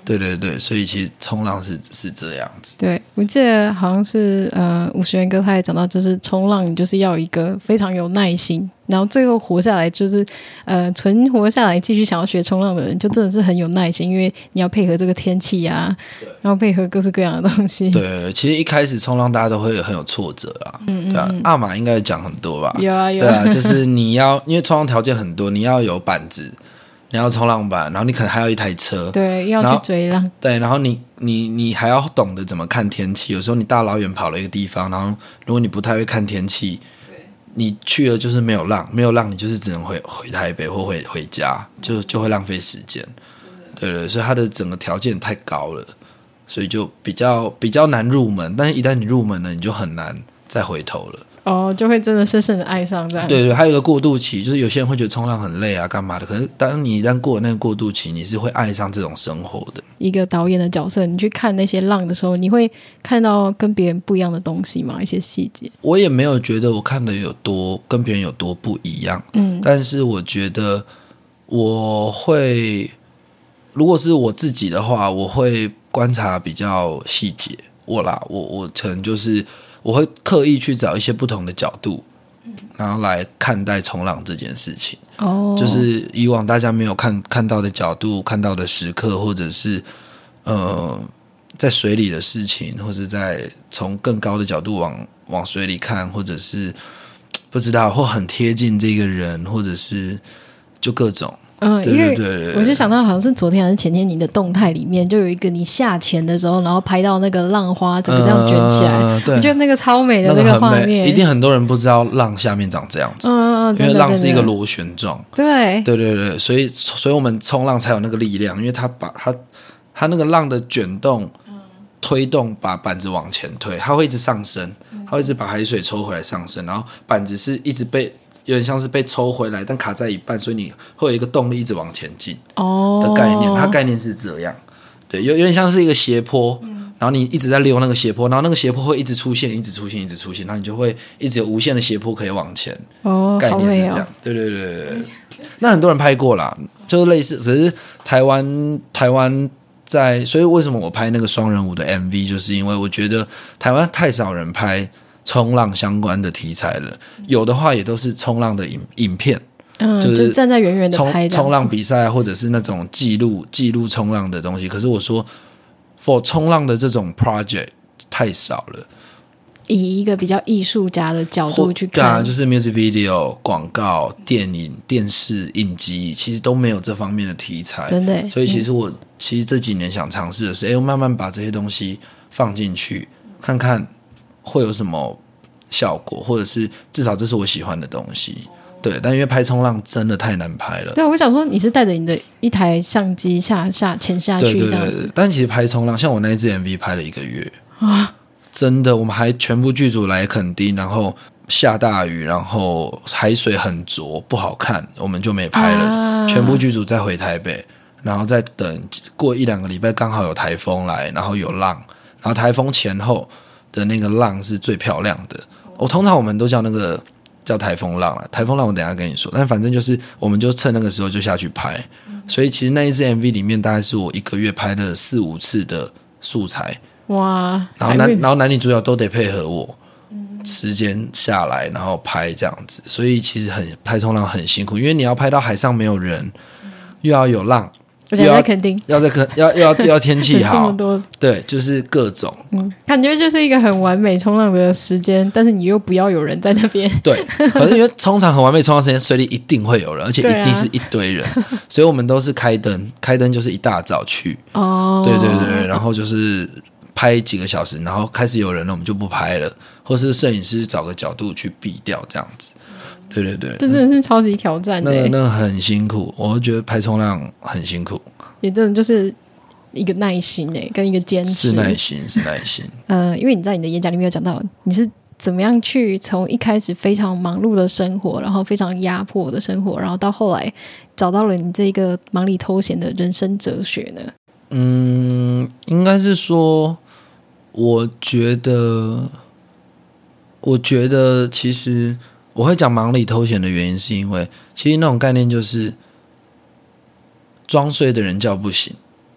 对对对，所以其实冲浪是是这样子。 对，我记得好像是呃，五十元哥他也讲到，就是冲浪你就是要一个非常有耐心，然后最后活下来就是呃存活下来继续想要学冲浪的人，就真的是很有耐心，因为你要配合这个天气啊，然后配合各式各样的东西。 对，其实一开始冲浪大家都会很有挫折啊，嗯嗯嗯对啊，阿玛应该讲很多吧？ 有啊有啊， 对啊，就是你要因为冲浪条件很多，你要有板子。你要冲浪板，然后你可能还要一台车， 对，要去追浪， 对，然后你你你还要懂得怎么看天气。有时候你大老远跑了一个地方，然后如果你不太会看天气，你去了就是没有浪，没有浪你就是只能回回台北或回回家，就就会浪费时间。对对，所以它的整个条件太高了，所以就比较比较难入门。但是一旦你入门了，你就很难再回头了。 哦，就会真的深深的爱上这样。 对对，还有一个过渡期，就是有些人会觉得冲浪很累啊，干嘛的？可是当你一旦过了那个过渡期，你是会爱上这种生活的。 一个导演的角色，你去看那些浪的时候，你会看到跟别人不一样的东西吗？一些细节？ 我也没有觉得我看的有多跟别人有多不一样，嗯，但是我觉得我会，如果是我自己的话，我会观察比较细节。我啦，我我可能就是。我会刻意去找一些不同的角度，然后来看待冲浪这件事情。哦，就是以往大家没有看看到的角度、看到的时刻，或者是呃，在水里的事情，或者在从更高的角度往往水里看，或者是不知道，或很贴近这个人，或者是就各种。 嗯，因为我就想到好像是昨天还是前天你的动态里面就有一个你下潜的时候，然后拍到那个浪花整个这样卷起来，嗯、我觉得那个超美的那个画面，那个、 一定很多人不知道浪下面长这样子，嗯嗯，因为浪是一个螺旋状， 对对对对，所以所以我们冲浪才有那个力量，因为它把它它那个浪的卷动推动把板子往前推，它会一直上升，它会一直把海水抽回来上升，然后板子是一直被。有点像是被抽回来，但卡在一半，所以你会有一个动力一直往前进的概念。Oh. 它概念是这样，对，有有点像是一个斜坡，嗯、然后你一直在溜那个斜坡，然后那个斜坡会一直出现，一直出现，一直出现，然后你就会一直有無限的斜坡可以往前。哦、oh, 概念是这样，对对对对对。那很多人拍过啦，就是类似，可是台湾台湾在，所以为什么我拍那个双人舞的 M V， 就是因为我觉得台湾太少人拍。冲浪相关的题材了，有的话也都是冲浪的影影片， 嗯，就是站在远远的拍冲浪比赛，或者是那种记录记录冲浪的东西。可是我说 ，for 冲浪的这种 project 太少了。 以一个比较艺术家的角度去看， 对啊，就是 music video、广告、电影、电视、影集，其实都没有这方面的题材， 真的。 所以其实我、嗯、其实这几年想尝试的是，哎，我慢慢把这些东西放进去，看看。会有什么效果，或者是至少这是我喜欢的东西，对。但因为拍冲浪真的太难拍了， 对，我想说你是带着你的一台相机下下潜下去这样子，对对对对。 但其实拍冲浪，像我那一支 M V 拍了一个月啊，真的，我们还全部剧组来垦丁，然后下大雨，然后海水很浊，不好看，我们就没拍了，啊、全部剧组再回台北，然后再等过一两个礼拜，刚好有台风来，然后有浪，然后台风前后。的那个浪是最漂亮的，我通常我们都叫那个叫台风浪了。台风浪我等一下跟你说，但反正就是我们就趁那个时候就下去拍，所以其实那一支 M V 里面大概是我一个月拍了四五次的素材，哇！然后男然后男女主角都得配合我，时间下来然后拍这样子，所以其实很拍冲浪很辛苦，因为你要拍到海上没有人，又要有浪。 而且在垦丁， 要在垦要要要要天气好，这么多，对，就是各种， 嗯，感觉就是一个很完美冲浪的时间，但是你又不要有人在那边， 对，可是因为通常很完美冲浪时间，水里一定会有人，而且一定是一堆人，啊、所以我们都是开灯，开灯就是一大早去，哦，对对对，然后就是拍几个小时，然后开始有人了，我们就不拍了，或是摄影师找个角度去避掉这样子。对对对， 这真的是超级挑战的、 欸，那那很辛苦，我觉得拍冲浪很辛苦， 也真的就是一个耐心哎、欸，跟一个坚持， 是耐心，是耐心。 呃，因为你在你的演讲里面有讲到，你是怎么样去从一开始非常忙碌的生活，然后非常压迫的生活，然后到后来找到了你这个忙里偷闲的人生哲学呢？ 嗯，应该是说，我觉得，我觉得其实。我会讲忙里偷闲的原因是因为其实那种概念就是装睡的人叫不醒，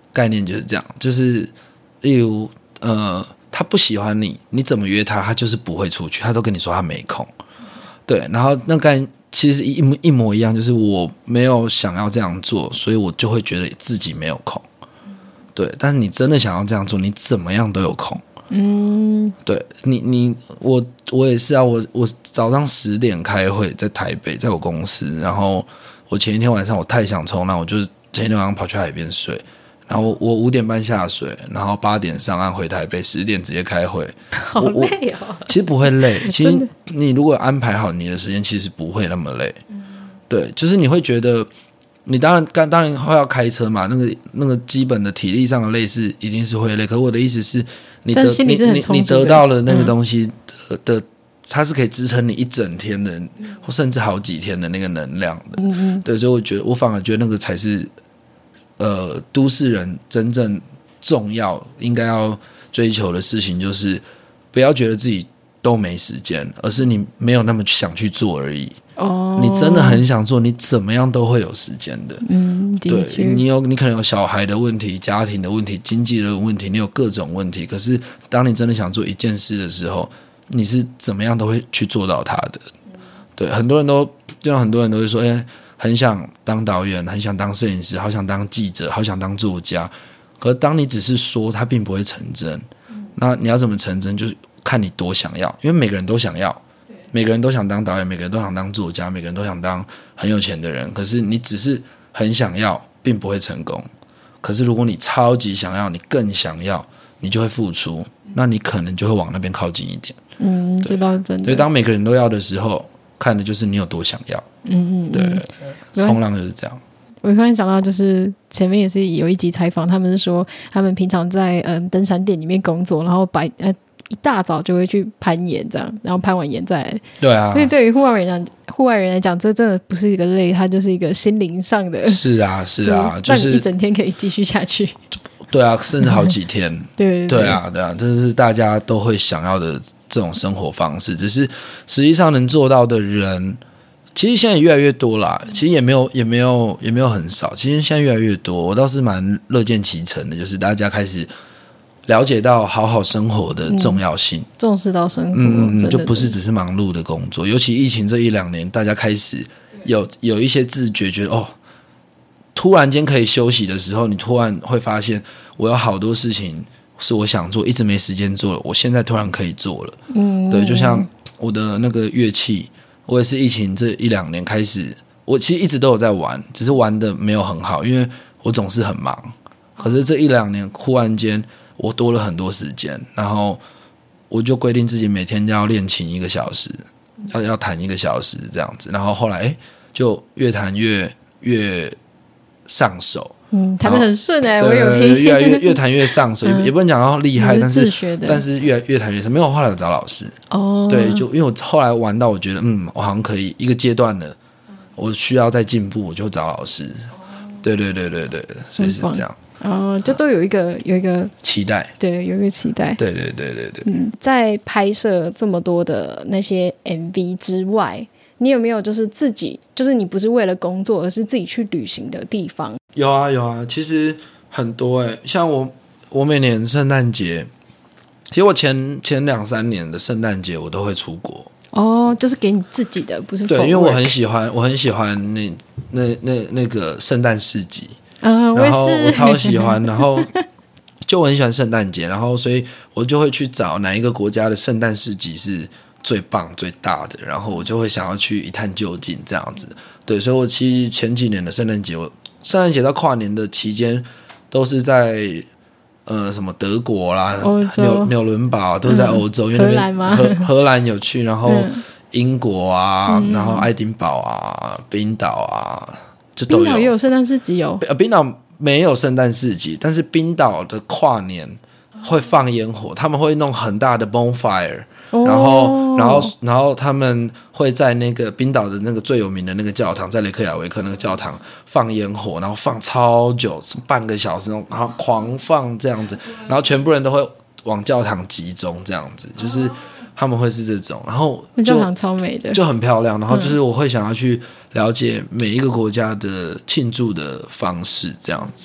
概念就是这样，就是例如呃，他不喜欢你，你怎么约他，他就是不会出去，他都跟你说他没空。对，然后那概念其实一一模一样，就是我没有想要这样做，所以我就会觉得自己没有空。对，但是你真的想要这样做，你怎么样都有空。嗯，对你你我我也是啊，我我早上十点开会在台北，在我公司，然后我前一天晚上我太想冲浪，我就是前一天晚上跑去海边睡，然后我我五点半下水，然后八点上岸回台北，十点直接开会。 好累哦。 其实不会累，其实你如果安排好你的时间，其实不会那么累。嗯、对，就是你会觉得，你当然当然会要开车嘛，那个那个基本的体力上的累是一定是会累。可是我的意思是你得你你你得到了那个东西的、嗯、的，它是可以支撑你一整天的，嗯、或甚至好几天的那个能量的。嗯嗯，对，所以我觉得我反而觉得那个才是呃都市人真正重要应该要追求的事情，就是不要觉得自己都没时间，而是你没有那么想去做而已。哦，你真的很想做，你怎么样都会有时间的。嗯，对，你有你可能有小孩的问题、家庭的问题、经济的问题，你有各种问题。可是当你真的想做一件事的时候，你是怎么样都会去做到它的。对，很多人都就像很多人都会说，哎，很想当导演，很想当摄影师，好想当记者，好想当作家。可是当你只是说，它并不会成真。那你要怎么成真，就是看你多想要，因为每个人都想要。每个人都想当导演，每个人都想当作家，每个人都想当很有钱的人。可是你只是很想要，并不会成功。可是如果你超级想要，你更想要，你就会付出，那你可能就会往那边靠近一点。嗯，这倒是真的。所以当每个人都要的时候，看的就是你有多想要。嗯嗯，对，冲浪就是这样。 我突然想到，就是前面也是有一集采访，他们是说他们平常在嗯登山店里面工作，然后白呃。一大早就会去攀岩，这样，然后攀完岩再来。 对啊， 所以对于户外人讲，户外人来讲，这真的不是一个累，它就是一个心灵上的。 是啊，是啊， 就是让你一整天可以继续下去。 对啊，甚至好几天。 对对, 对啊，对啊，这是大家都会想要的这种生活方式。只是实际上能做到的人，其实现在也越来越多啦。其实也没有，也没有，也没有很少。其实现在越来越多，我倒是蛮乐见其成的，就是大家开始了解到好好生活的重要性，嗯、 重视到生活， 嗯，就不是只是忙碌的工作。尤其疫情这一两年，大家开始有有一些自觉，觉得哦，突然间可以休息的时候，你突然会发现，我有好多事情是我想做，一直没时间做了，我现在突然可以做了。嗯，对，就像我的那个乐器，我也是疫情这一两年开始，我其实一直都有在玩，只是玩的没有很好，因为我总是很忙。可是这一两年忽然间，我多了很多时间，然后我就规定自己每天要练琴一个小时，要要弹一个小时这样子，然后后来哎，就越弹越越上手， 嗯，弹得很顺哎、欸，我有听， 越来越越弹越上手，嗯、也不能讲到厉害，但是是但是越越弹越上，没有后来有找老师哦，对，就因为我后来玩到我觉得嗯，我好像可以一个阶段了，我需要再进步，我就找老师，对对对对对，所以是这样。 哦，就都有一个有一个期待， 对，有一个期待， 对对对对对。 嗯，在拍摄这么多的那些 M V 之外，你有没有就是自己，就是你不是为了工作，而是自己去旅行的地方？ 有啊有啊，其实很多哎、欸，像我我每年圣诞节，其实我前前两三年的圣诞节我都会出国。 哦，就是给你自己的，不是 for work。 对，因为我很喜欢，我很喜欢那那那那个圣诞市集。 嗯， 然后我超喜欢，然后就我很喜欢圣诞节，然后所以我就会去找哪一个国家的圣诞市集是最棒最大的，然后我就会想要去一探究竟这样子。对，所以我其实前几年的圣诞节，我圣诞节到跨年的期间都是在呃什么德国啦、纽纽伦堡都是在欧洲，嗯、因为那边荷荷兰有去，然后英国啊，嗯、然后爱丁堡啊、冰岛啊。 冰岛也有圣诞市集哦。 冰岛没有圣诞市集，但是冰岛的跨年会放烟火，他们会弄很大的 bonfire，哦、然后然后然后他们会在那个冰岛的那个最有名的那个教堂，在雷克雅维克那个教堂放烟火，然后放超久，半个小时，然后狂放这样子，然后全部人都会往教堂集中这样子，就是他们会是这种，然后那教堂超美的， 就很漂亮，然后就是我会想要去了解每一个国家的庆祝的方式这样子。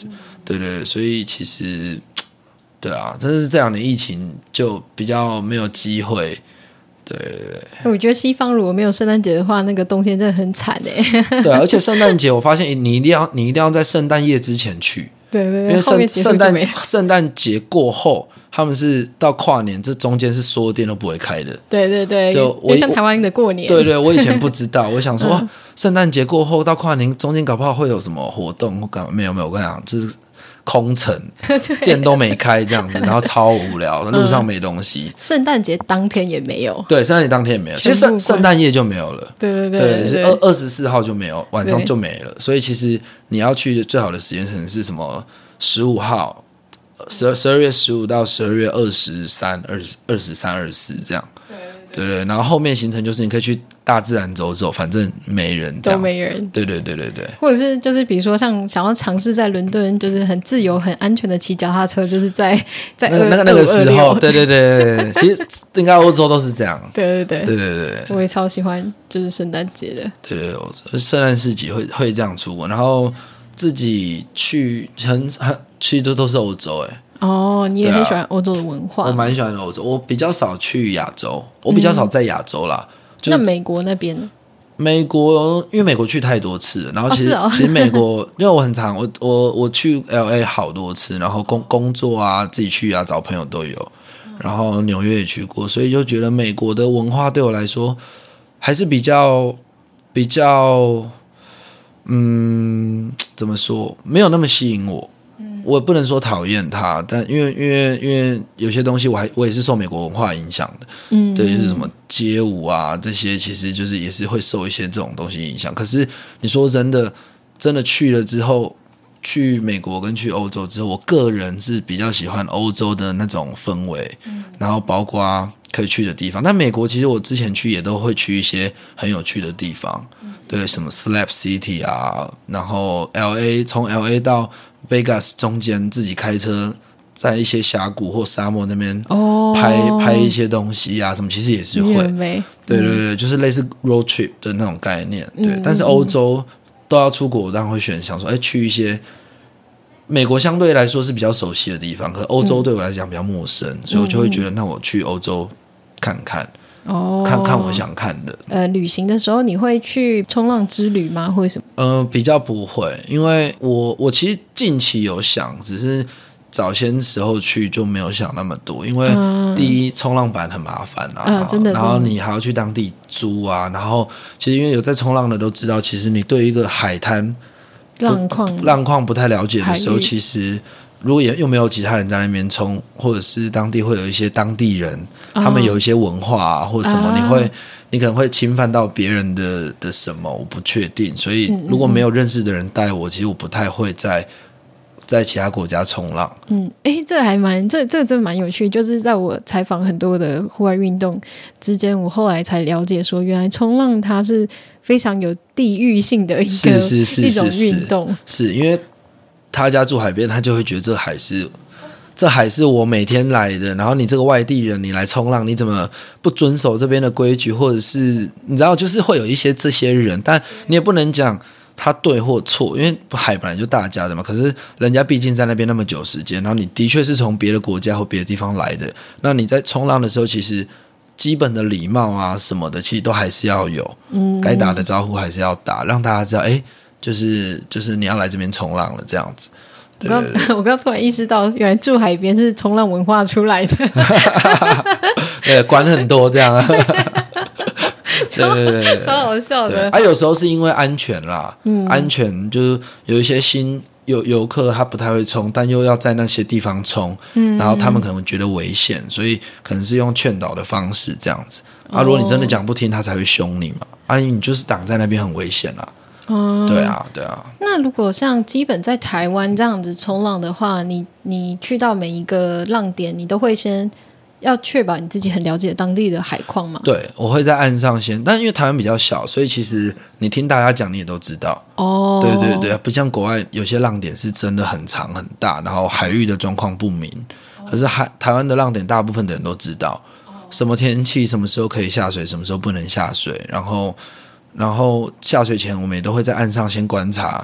对对对，所以其实对啊，但是这两年疫情就比较没有机会。对对对， 我觉得西方如果没有圣诞节的话，那个冬天真的很惨哎。 对、啊，而且圣诞节我发现你一定要你一定要在圣诞夜之前去。 对对对， 因为圣圣诞圣诞节过后，他们是到跨年，这中间是所有店都不会开的。 对对对， 就我像台湾的过年。 对对，我以前不知道，我想说，嗯、圣诞节过后到跨年中间搞不好会有什么活动，我干没有没有，我跟你讲，就是空城，店都没开这样子，然后超无聊，路上没东西。 圣诞节当天也没有， 对，圣诞节当天也没有，其实圣圣诞夜就没有了。 对对对对， 二二十四号就没有，晚上就没了。所以其实你要去最好的时间可能是什么十五号，十二十二月十五到十二月二十三、二十二十三、二十四这样。对对，然后后面行程就是你可以去大自然走走，反正没人这样子， 都没人。 对对对对对， 或者是就是比如说像想要尝试在伦敦就是很自由很安全的骑脚踏车，就是在在那个那个那个时候，对对对对对，其实应该欧洲都是这样。 对对对对对对， 我也超喜欢就是圣诞节的。 对对对，圣诞市集会会这样出国，然后自己去很很去的都是欧洲哎。 哦，你也很喜欢欧洲的文化。 我蛮喜欢欧洲，我比较少去亚洲，我比较少在亚洲啦。嗯就是、那美国那边？ 美国因为美国去太多次了，然后其实、 哦哦、 其实美国因为我很常我我我去 L A 好多次，然后工工作啊自己去啊找朋友都有，然后纽约也去过，所以就觉得美国的文化对我来说还是比较比较嗯怎么说没有那么吸引我。我也不能说讨厌它，但因为因为因为有些东西我还我也是受美国文化影响的，嗯，对，就是什么街舞啊这些，其实就是也是会受一些这种东西影响。可是你说真的，真的去了之后，去美国跟去欧洲之后，我个人是比较喜欢欧洲的那种氛围，嗯、然后包括可以去的地方。但美国其实我之前去也都会去一些很有趣的地方，嗯、对，什么 Slab City 啊，然后 L A 从 L A 到Vegas 中间自己开车在一些峡谷或沙漠那边拍、哦、拍一些东西啊什么，其实也是会，对对对，嗯、就是类似 road trip 的那种概念，对。嗯、但是欧洲都要出国，我当然会选想说，哎，去一些美国相对来说是比较熟悉的地方，可是欧洲对我来讲比较陌生，嗯、所以我就会觉得，那我去欧洲看看。哦，看看我想看的。 呃，旅行的时候你会去冲浪之旅吗？或者什么？ 呃，比较不会，因为我我其实近期有想，只是早些时候去就没有想那么多。因为第一，冲浪板很麻烦啊， 嗯、真的， 然后你还要去当地租啊，然后其实因为有在冲浪的都知道，其实你对一个海滩浪况浪况不太了解的时候，其实。如果也又没有其他人在那边冲，或者是当地会有一些当地人，哦、他们有一些文化啊，或者什么，啊、你会你可能会侵犯到别人的的什么，我不确定。所以如果没有认识的人带我，嗯嗯其实我不太会在在其他国家冲浪。 嗯，哎，这还蛮这这真的蛮有趣。就是在我采访很多的户外运动之间，我后来才了解说，原来冲浪它是非常有地域性的一个是是是是一种运动， 是因为。他家住海边，他就会觉得这海是这海是我每天来的，然后你这个外地人你来冲浪，你怎么不遵守这边的规矩，或者是你知道就是会有一些这些人，但你也不能讲他对或错，因为海本来就大家的嘛，可是人家毕竟在那边那么久时间，然后你的确是从别的国家或别的地方来的，那你在冲浪的时候其实基本的礼貌啊什么的其实都还是要有，嗯，该打的招呼还是要打，让大家知道哎就是就是你要来这边冲浪了这样子。 我刚我刚突然意识到，原来住海边是冲浪文化出来的。 对，管很多这样。对对对对， 超好笑的。 啊，有时候是因为安全啦，嗯，安全就是有一些新游游客他不太会冲，但又要在那些地方冲，嗯，然后他们可能觉得危险，所以可能是用劝导的方式这样子。啊，如果你真的讲不听，他才会凶你嘛。啊，你就是挡在那边很危险啦。嗯，对啊，对啊。 那如果像基本在台湾这样子冲浪的话，你你去到每一个浪点，你都会先要确保你自己很了解当地的海况吗？ 对，我会在岸上先，但因为台湾比较小，所以其实你听大家讲你也都知道。哦，对对对，不像国外有些浪点是真的很长很大，然后海域的状况不明。可是海台湾的浪点，大部分的人都知道什么天气、什么时候可以下水，什么时候不能下水，然后。然后下水前，我们也都会在岸上先观察，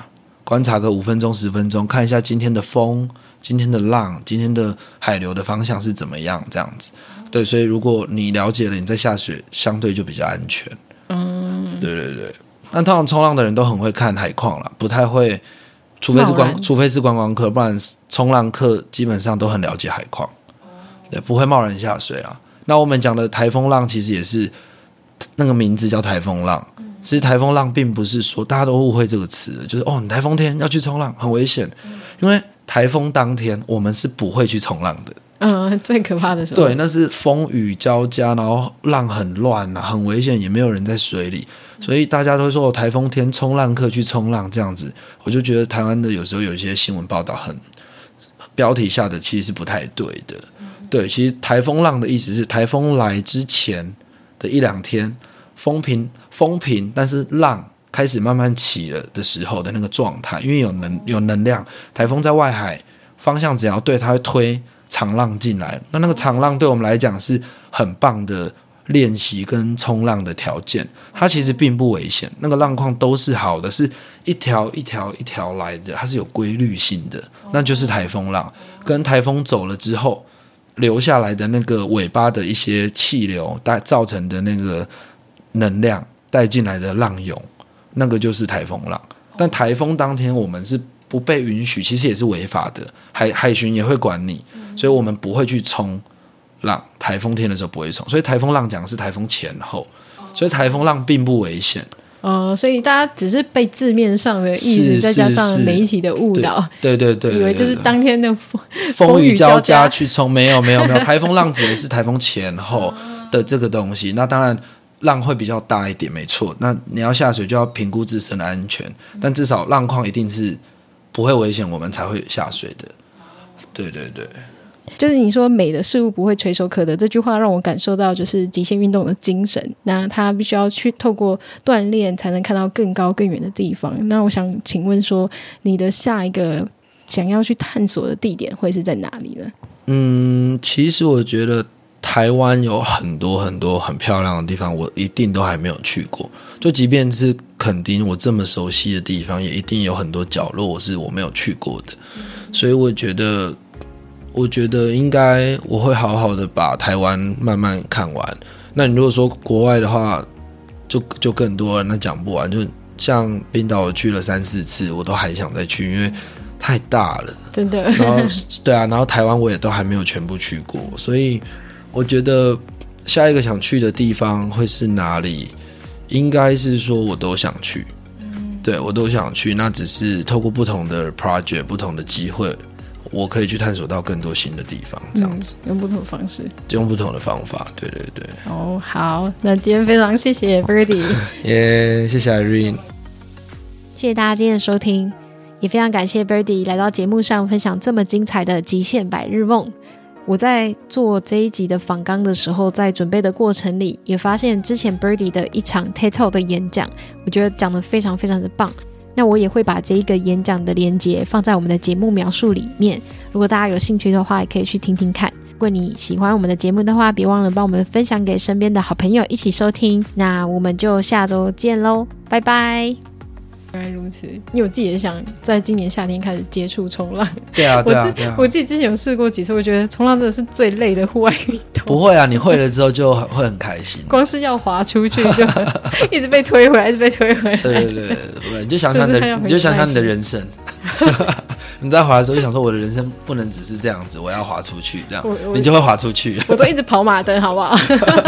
观察个五分钟十分钟，看一下今天的风、今天的浪、今天的海流的方向是怎么样，这样子。对，所以如果你了解了，你在下水相对就比较安全。嗯，对对对。那通常冲浪的人都很会看海况啦，不太会，除非是观，除非是观光客，不然冲浪客基本上都很了解海况，对，不会贸然下水啦。那我们讲的台风浪其实也是那个名字叫台风浪，其实台风浪并不是说大家都误会这个词，就是哦，你台风天要去冲浪很危险，因为台风当天我们是不会去冲浪的。 嗯，最可怕的时候， 对，那是风雨交加，然后浪很乱啊，很危险，也没有人在水里，所以大家都会说、哦、台风天冲浪客去冲浪这样子。我就觉得台湾的有时候有一些新闻报道很标题下的其实是不太对的。对，其实台风浪的意思是台风来之前的一两天风平风平，但是浪开始慢慢起了的时候的那个状态，因为有能有能量，台风在外海方向只要对，它会推长浪进来，那那个长浪对我们来讲是很棒的练习跟冲浪的条件，它其实并不危险，那个浪况都是好的，是一条一条一条来的，它是有规律性的，那就是台风浪。跟台风走了之后留下来的那个尾巴的一些气流带造成的那个能量带进来的浪涌，那个就是台风浪。但台风当天我们是不被允许，其实也是违法的，海海巡也会管你，所以我们不会去冲浪，台风天的时候不会冲，所以台风浪讲的是台风前后，所以台风浪并不危险。 哦，所以大家只是被字面上的意思，再加上媒体的误导， 对对 对, 对, 对, 对, 对, 对， 以为就是当天的风雨交加去冲，没有没有没有，台风浪指的是台风前后的这个东西。那当然浪会比较大一点，没错。那你要下水就要评估自身的安全，但至少浪况一定是不会危险，我们才会下水的。对对对。 就是你说美的事物不会垂手可得这句话让我感受到就是极限运动的精神，那他必须要去透过锻炼才能看到更高更远的地方。那我想请问说你的下一个想要去探索的地点会是在哪里呢？ 嗯，其实我觉得台湾有很多很多很漂亮的地方我一定都还没有去过，就即便是垦丁我这么熟悉的地方也一定有很多角落我是我没有去过的，所以我觉得我觉得应该我会好好的把台湾慢慢看完。那你如果说国外的话就就更多了，那讲不完，就像冰岛我去了三四次我都还想再去，因为太大了真的。 然后对啊，然后台湾我也都还没有全部去过，所以我觉得下一个想去的地方会是哪里，应该是说我都想去，对，我都想去，那只是透过不同的 project 不同的机会我可以去探索到更多新的地方，这样子、 嗯、用不同的方式， 用不同的方法，对对对。 哦，好，那今天非常谢谢 Birdy 耶、yeah, 谢谢 Irene， 谢谢大家今天的收听，也非常感谢 Birdy 来到节目上分享这么精彩的极限百日梦。我在做这一集的访纲的时候，在准备的过程里也发现之前 Birdy 的一场 TED Talk 的演讲，我觉得讲得非常非常的棒，那我也会把这一个演讲的连结放在我们的节目描述里面，如果大家有兴趣的话也可以去听听看。如果你喜欢我们的节目的话，别忘了帮我们分享给身边的好朋友一起收听，那我们就下周见咯，拜拜。原来如此，因为我自己也想在今年夏天开始接触冲浪。 对啊对啊对啊， 我自己之前有试过几次，我觉得冲浪真的是最累的户外运动。 不会啊，你会了之后就会很开心， 光是要滑出去就一直被推回来一直被推回来。 对对对对，你就想想你的你就想想你的人生你在滑的时候就想说我的人生不能只是这样子，我要滑出去，这样你就会滑出去。 我都一直跑马灯好不好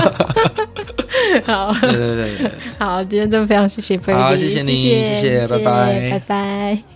好， 对对对对， 好，今天真的非常谢谢 Birdy， 好，谢谢你，谢谢，谢谢，拜拜， 拜拜。